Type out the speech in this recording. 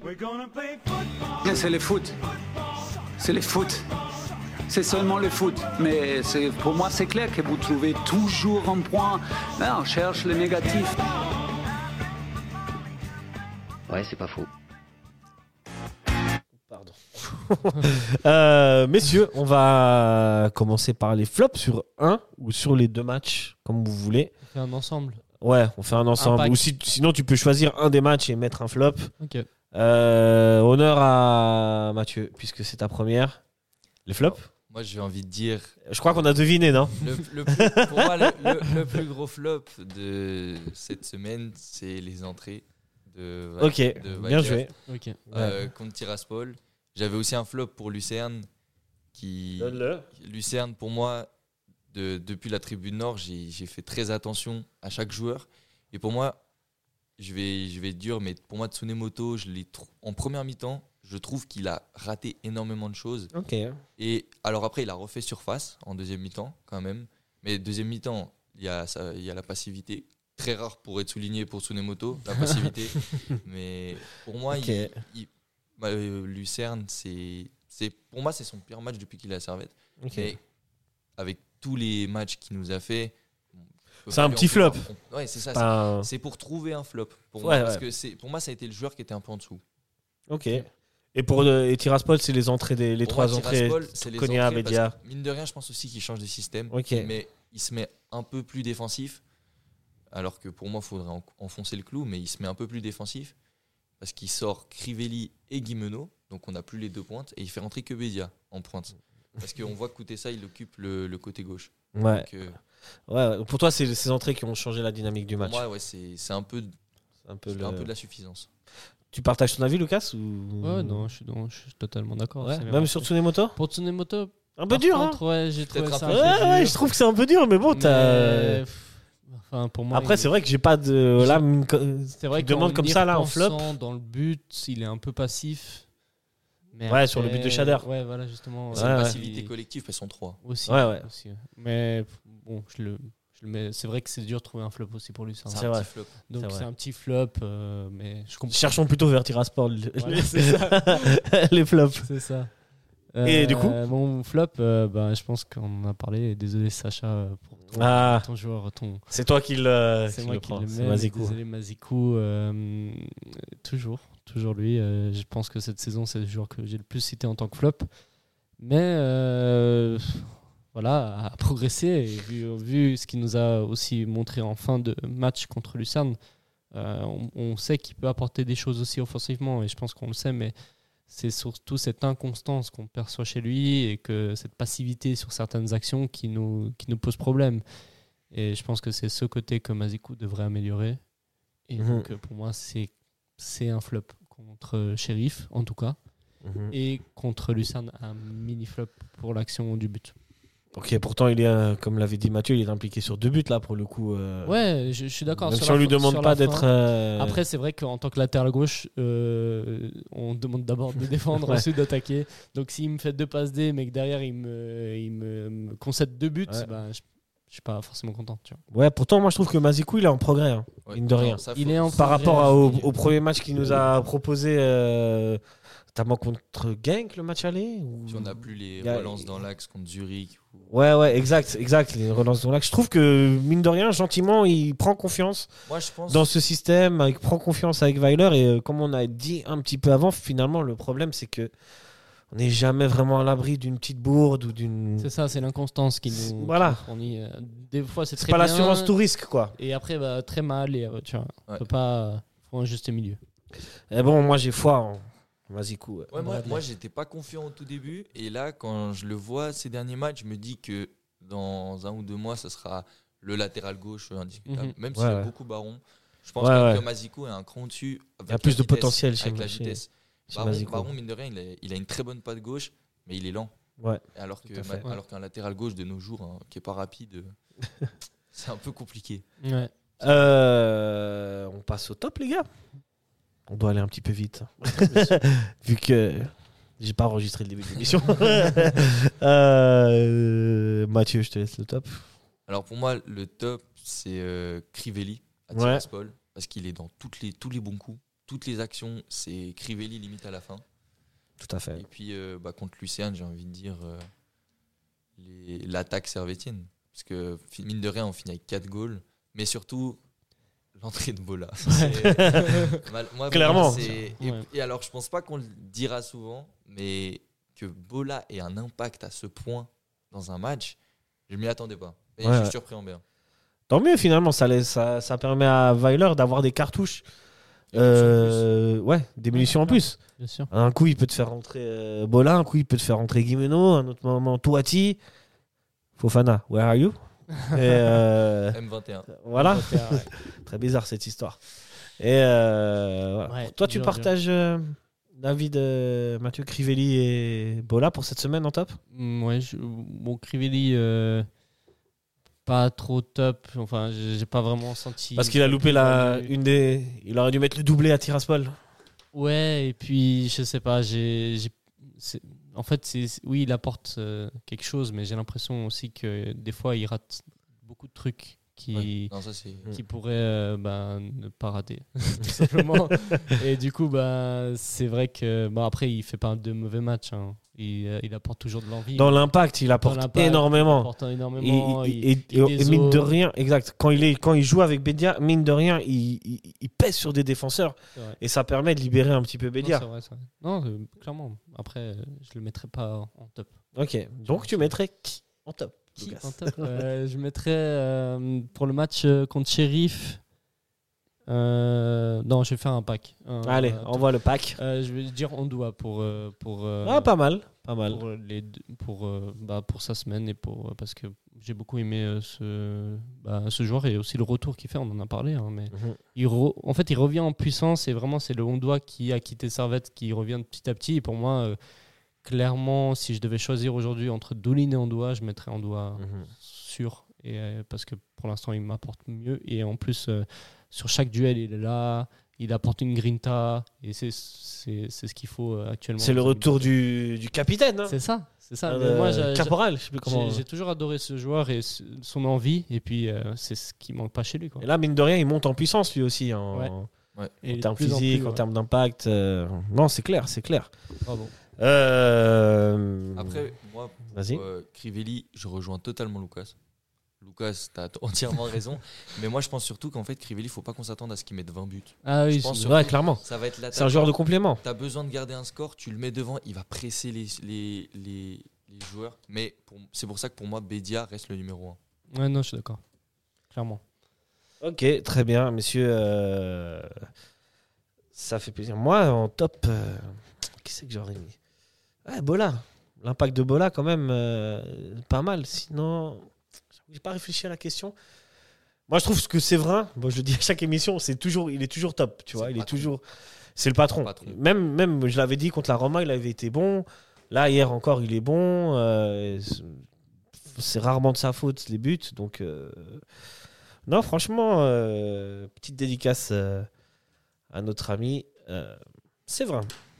C'est le foot. C'est le foot. C'est seulement le foot. Mais pour moi, c'est clair que vous trouvez toujours un point. Là, on cherche le négatif. Ouais, c'est pas faux. Pardon. Messieurs, on va commencer par les flops sur un ou sur les 2 matchs, comme vous voulez. On fait un ensemble. Ouais, on fait un ensemble. Ou sinon, tu peux choisir un des matchs et mettre un flop. Ok. Honneur à Mathieu, puisque c'est ta première. Les flops ? Moi, j'ai envie de dire. Je crois qu'on a deviné, non ? Pour moi, le plus gros flop de cette semaine, c'est les entrées de bien joué. Ok. Contre Tiraspol. J'avais aussi un flop pour Lucerne. Lucerne, pour moi, depuis la tribune nord, j'ai fait très attention à chaque joueur. Et pour moi, je vais être dur, mais pour moi, Tsunemoto, en première mi-temps, je trouve qu'il a raté énormément de choses. Ok. Et alors après, il a refait surface en deuxième mi-temps, quand même. Mais deuxième mi-temps, il y a la passivité. Très rare pour être souligné pour Tsunemoto, la passivité. Mais pour moi, Lucerne, pour moi, c'est son pire match depuis qu'il est à Servette. Okay. Et avec tous les matchs qu'il nous a fait, c'est un petit flop. Ouais, c'est ça. C'est pour trouver un flop pour moi, parce que pour moi, ça a été le joueur qui était un peu en dessous. Ok. Et pour Tiraspol, c'est les entrées les 3 entrées. Konya, Bédia. Mine de rien, je pense aussi qu'il change de système. Okay. Mais il se met un peu plus défensif. Alors que pour moi, il faudrait enfoncer le clou, mais il se met un peu plus défensif parce qu'il sort Crivelli et Guimeno, donc on n'a plus les 2 pointes, et il fait rentrer que Bédia en pointe. Parce qu'on voit que Koutessa, il occupe le côté gauche. Ouais. Donc, ouais. Pour toi, c'est ces entrées qui ont changé la dynamique du match. Pour moi, c'est un peu de la suffisance. Tu partages ton avis, Lucas ou... Ouais, non, je suis totalement d'accord. Ouais. Même sur Tsunemoto ? Pour Tsunemoto, un peu dur, contre, ouais, j'ai trouvé ça ouais, je trouve que c'est un peu dur, mais bon, Enfin, pour moi, après, c'est vrai que j'ai pas de. Là, c'est vrai que demande comme ça, là, en flop. Dans le but, il est un peu passif. Mais ouais, après, sur le but de Shader. Ouais, voilà, justement. C'est une passivité collective, elles sont 3. Aussi. Ouais. Aussi. Mais bon, je le mets. C'est vrai que c'est dur de trouver un flop aussi pour lui. C'est un petit flop. Donc, c'est un petit flop. Mais je comprends. Cherchons plutôt vers Tiraspol. Voilà, c'est ça. Les flops. C'est ça. Et du coup mon flop, je pense qu'on en a parlé. Désolé Sacha pour ton joueur. C'est toi qui c'est moi le qui prends. le C'est mets. Mazikou. Désolé Mazikou. Toujours lui. Je pense que cette saison, c'est le joueur que j'ai le plus cité en tant que flop. Mais voilà, a progressé. Et vu ce qu'il nous a aussi montré en fin de match contre Lucerne, on sait qu'il peut apporter des choses aussi offensivement. Et je pense qu'on le sait, mais c'est surtout cette inconstance qu'on perçoit chez lui et que cette passivité sur certaines actions qui nous pose problème. Et je pense que c'est ce côté que Mazikou devrait améliorer. Et donc, pour moi, c'est un flop contre Sheriff, en tout cas. Et contre Lucerne, un mini-flop pour l'action du but. Ok, pourtant, il est, comme l'avait dit Mathieu, il est impliqué sur 2 buts, là, pour le coup. Ouais, je suis d'accord. Même si on ne lui demande pas d'être... Après, c'est vrai qu'en tant que latéral gauche, on demande d'abord de défendre, ensuite d'attaquer. Donc, s'il me fait 2 passes D, mais que derrière, il me concède 2 buts, je suis pas forcément content. Tu vois. Ouais, pourtant, moi, je trouve que Mazikou, il est en progrès, mine de rien. Il est en par rapport au premier match qu'il nous a proposé... Notamment contre Genk, le match aller Si on n'a plus les relances dans l'axe contre Zurich. Ouais, exact. Les relances dans l'axe. Je trouve que, mine de rien, gentiment, il prend confiance dans ce système, il prend confiance avec Weiler. Et comme on a dit un petit peu avant, finalement, le problème, c'est que on n'est jamais vraiment à l'abri d'une petite bourde ou d'une... C'est ça, c'est l'inconstance qui nous fournit. Des fois, c'est très pas bien. L'assurance tout risque, quoi. Et après, très mal. Et, tu vois, on peut pas... faut un juste milieu. Et bon, moi, j'ai foi en Mazikou. Moi, j'étais pas confiant au tout début. Et là, quand je le vois ces derniers matchs, je me dis que dans 1 ou 2 mois, ça sera le latéral gauche indiscutable. Même s'il y a beaucoup Baron. Je pense que Mazikou est un cran au-dessus. Il y a plus de potentiel avec la vitesse. Baron, mine de rien, il a une très bonne patte gauche, mais il est lent. Ouais. Alors qu'un latéral gauche de nos jours, qui n'est pas rapide, c'est un peu compliqué. Ouais. On passe au top, les gars. On doit aller un petit peu vite. Vu que j'ai pas enregistré le début de l'émission. Mathieu, je te laisse le top. Alors pour moi, le top, c'est Crivelli à Tiraspol. Parce qu'il est dans tous les bons coups. toutes les actions, c'est Crivelli limite à la fin. Tout à fait. Et puis contre Lucerne, j'ai envie de dire l'attaque servétienne. Parce que mine de rien, on finit avec 4 goals. Mais surtout, l'entrée de Bola. Moi, clairement. Et alors, je pense pas qu'on le dira souvent, mais que Bola ait un impact à ce point dans un match, je m'y attendais pas. Et je suis surpris en bien. Tant mieux, finalement, ça permet à Weiler d'avoir des cartouches. Des munitions en plus. Bien sûr. Un coup, il peut te faire rentrer Bola, un coup, il peut te faire rentrer Guimeno, un autre moment, Touati. Fofana, where are you? M21. Voilà. Très bizarre cette histoire. Et toi, tu partages l'avis de Mathieu Crivelli et Bola pour cette semaine en top? Ouais, Crivelli, pas trop top. Enfin, j'ai pas vraiment senti. Parce qu'il a loupé il aurait dû mettre le doublé à Tiraspol. Ouais, et puis je sais pas. En fait, oui, il apporte quelque chose, mais j'ai l'impression aussi que des fois, il rate beaucoup de trucs qui pourraient ne pas rater, tout simplement. Et du coup, c'est vrai que après, il fait pas de mauvais matchs. Hein. Il apporte toujours de l'envie. Dans l'impact, il apporte énormément. Et mine de rien, exact. Quand il joue avec Bédia, mine de rien, il pèse sur des défenseurs. Et ça permet de libérer un petit peu Bédia. Non, c'est vrai. Non, clairement. Après, je le mettrais pas en top. Ok. Donc, tu mettrais qui en top? En top je mettrais pour le match contre Sheriff. Non, je vais faire un pack. Allez, envoie le pack. Je vais dire Ondoa pour pas mal. Pour sa semaine et parce que j'ai beaucoup aimé ce joueur et aussi le retour qu'il fait. On en a parlé, hein, mais en fait, il revient en puissance et vraiment, c'est le Ondoa qui a quitté Servette qui revient petit à petit. Et pour moi, clairement, si je devais choisir aujourd'hui entre Doulin et Ondoa, je mettrais Ondoa sûr. Et parce que pour l'instant, il m'apporte mieux et en plus. Sur chaque duel, il est là, il apporte une grinta, et c'est ce qu'il faut actuellement. C'est le retour du capitaine. Hein. C'est ça. Moi, Caporal, je sais plus comment. J'ai toujours adoré ce joueur et son envie, et puis c'est ce qui manque pas chez lui. Quoi. Et là, mine de rien, il monte en puissance lui aussi, en termes physiques, en termes d'impact. Non, c'est clair. Bravo. Après, moi, Crivelli, je rejoins totalement Lucas. Lucas, tu as entièrement raison. Mais moi, je pense surtout qu'en fait, Crivelli, il ne faut pas qu'on s'attende à ce qu'il mette 20 buts. Ah oui, c'est vrai, clairement. Ça va être c'est un joueur de complément. Tu as besoin de garder un score, tu le mets devant, il va presser les joueurs. Mais c'est pour ça que pour moi, Bédia reste le numéro 1. Ouais, non, je suis d'accord. Clairement. Ok, très bien, messieurs. Ça fait plaisir. Moi, en top, qui c'est que j'aurais mis? Bola. L'impact de Bola, quand même, pas mal. Sinon... J'ai pas réfléchi à la question. Moi, je trouve que Séverin, je le dis à chaque émission, il est toujours top, tu vois. C'est le patron. Même, je l'avais dit contre la Roma, il avait été bon. Là, hier encore, il est bon. C'est rarement de sa faute les buts, donc non, franchement, petite dédicace à notre ami Séverin.